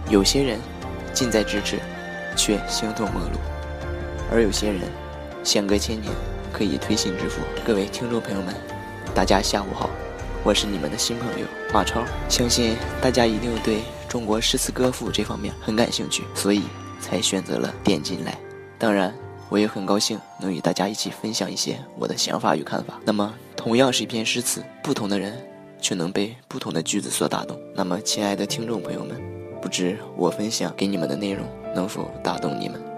有些人近在咫尺，却形同陌路，而有些人相隔千年，可以推心置腹。各位听众朋友们，大家下午好，我是你们的新朋友马超。相信大家一定对中国诗词歌赋这方面很感兴趣，所以才选择了点进来。当然我也很高兴能与大家一起分享一些我的想法与看法。那么同样是一篇诗词，不同的人却能被不同的句子所打动。那么亲爱的听众朋友们，不知我分享给你们的内容能否打动你们？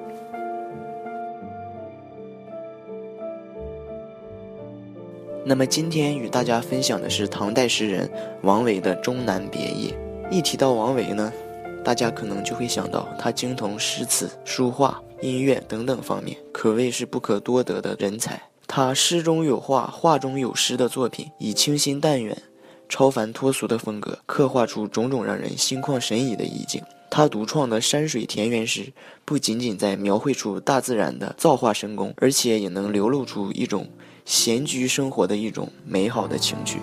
那么今天与大家分享的是唐代诗人王维的《终南别业》。一提到王维呢，大家可能就会想到他精通诗词、书画、音乐等等方面，可谓是不可多得的人才。他诗中有画，画中有诗的作品，以清新淡远、超凡脱俗的风格，刻画出种种让人心旷神怡的意境。他独创的山水田园诗，不仅仅在描绘出大自然的造化神功，而且也能流露出一种闲居生活的一种美好的情趣。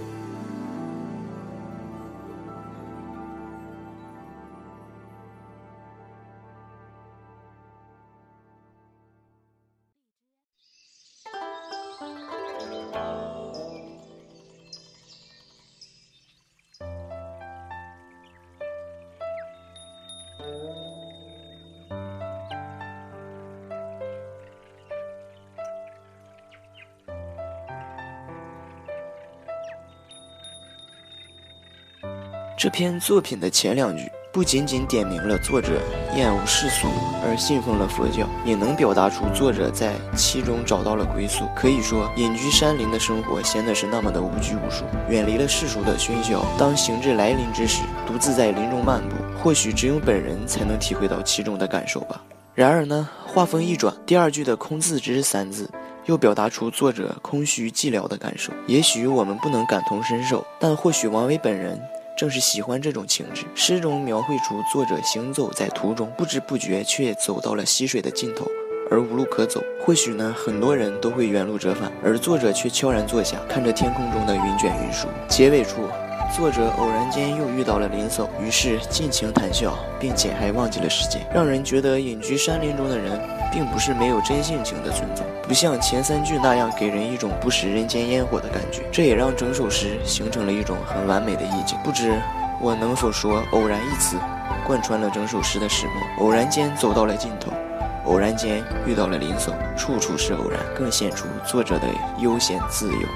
这篇作品的前两句不仅仅点明了作者厌恶世俗而信奉了佛教，也能表达出作者在其中找到了归宿。可以说，隐居山林的生活显得是那么的无拘无束，远离了世俗的喧嚣。当行至来临之时，独自在林中漫步，或许只有本人才能体会到其中的感受吧。然而呢，话锋一转，第二句的空自知三字又表达出作者空虚寂寥的感受。也许我们不能感同身受，但或许王维本人正是喜欢这种情致。诗中描绘出作者行走在途中，不知不觉却走到了溪水的尽头，而无路可走。或许呢，很多人都会原路折返，而作者却悄然坐下，看着天空中的云卷云舒。结尾处，作者偶然间又遇到了林叟，于是尽情谈笑，并且还忘记了时间，让人觉得隐居山林中的人并不是没有真性情的存在，不像前三句那样给人一种不食人间烟火的感觉。这也让整首诗形成了一种很完美的意境。不知我能否说偶然一词贯穿了整首诗的始末。偶然间走到了尽头，偶然间遇到了林叟，处处是偶然，更显出作者的悠闲自由。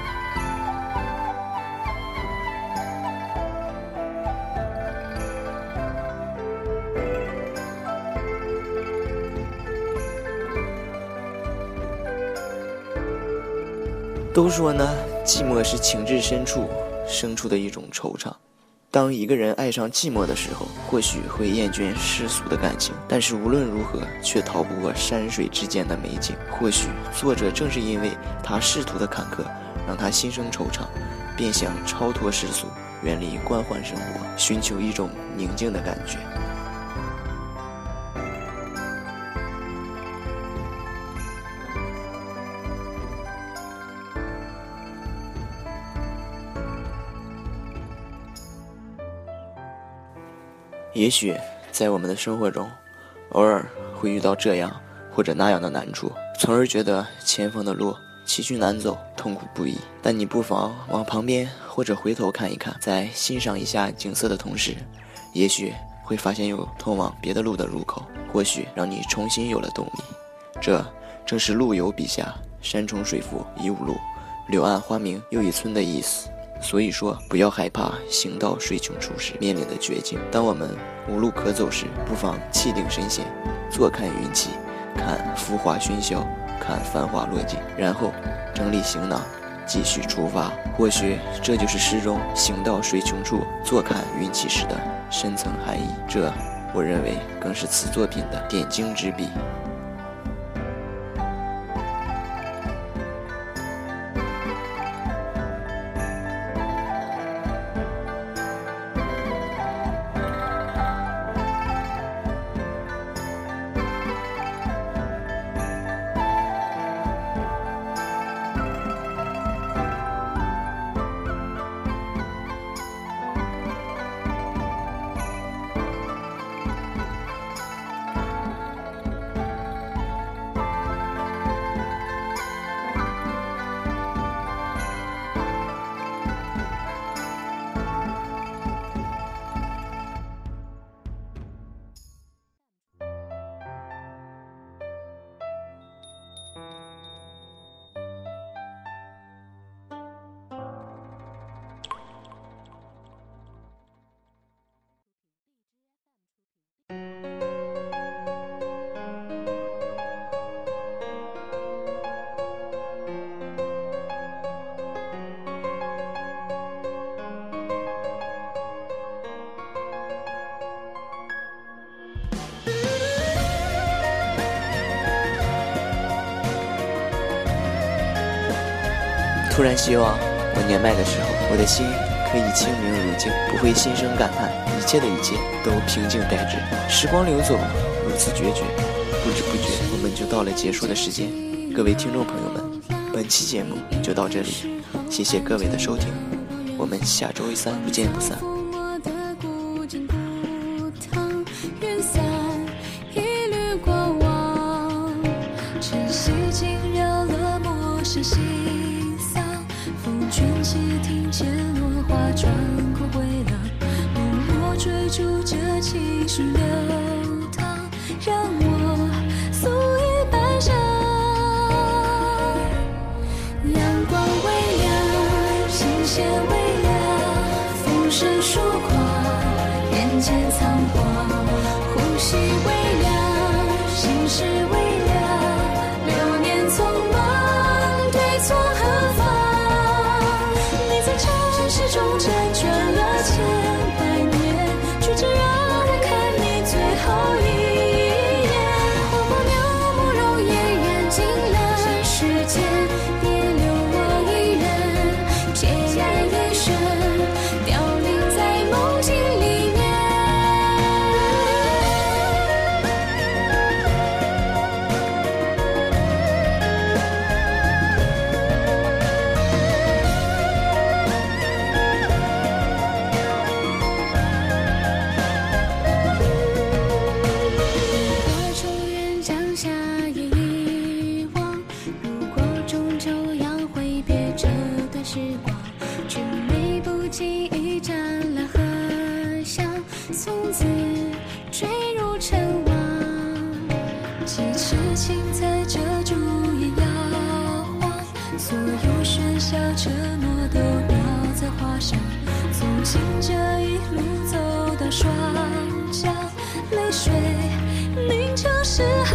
都说呢，寂寞是情至深处生出的一种惆怅。当一个人爱上寂寞的时候，或许会厌倦世俗的感情，但是无论如何却逃不过山水之间的美景。或许作者正是因为他仕途的坎坷，让他心生惆怅，便想超脱世俗，远离官宦生活，寻求一种宁静的感觉。也许在我们的生活中，偶尔会遇到这样或者那样的难处，从而觉得前方的路崎岖难走，痛苦不已。但你不妨往旁边或者回头看一看，在欣赏一下景色的同时，也许会发现有通往别的路的入口，或许让你重新有了动力。这正是陆游笔下山重水复疑无路，柳暗花明又一村的意思。所以说，不要害怕行到水穷处时面临的绝境。当我们无路可走时，不妨气定神闲，坐看云起，看浮华喧嚣，看繁华落尽，然后整理行囊，继续出发。或许这就是诗中行到水穷处，坐看云起时的深层含义。这，我认为更是此作品的点睛之笔。 突然希望我年迈的时候，我的心可以清明如镜，不会心生感叹，一切的一切都平静待之。时光流走，如此决绝，不知不觉我们就到了结束的时间。各位听众朋友们，本期节目就到这里，谢谢各位的收听，我们下周三不见不散。 心丧，风卷起，听见落花穿过回廊，默默追逐着情绪流淌，让我素衣白裳。阳光微亮，心弦微亮，风声疏狂，眼前仓皇，呼吸微凉，心事微凉，流年匆忙。从何方？你在尘世中辗转了千百年，举止让我看你最后一眼。花花渺茫容颜染尽了世间，别留我一人，孑然一身，凋零在梦境里面。从此坠入尘网，几痴情在这朱颜摇晃，所有喧嚣沉默都描在画上，从今这一路走到双脚，泪水凝成诗行。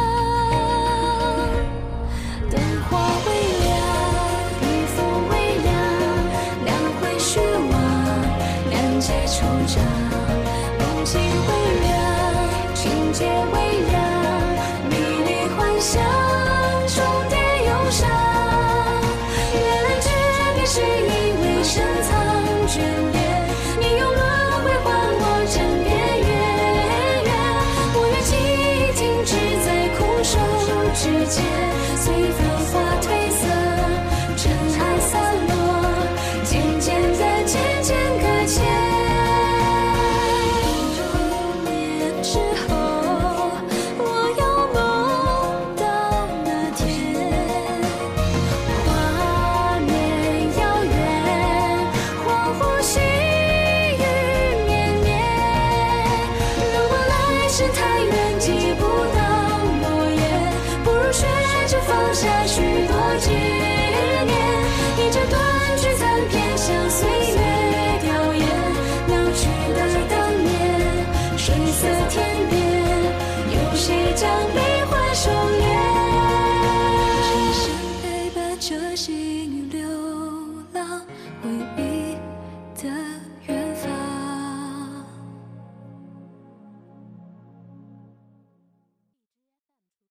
灯花微亮，笔锋微凉，两回虚妄，两结惆怅。情微凉，情节微凉，迷离幻想，重叠忧伤。原来诀别是以为深藏眷恋，你用轮回换我枕边月圆。我愿记忆停止在空手之间，随繁华褪色，尘埃散落，渐渐的渐渐搁浅。太远记不到诺言，不如学着放下许多结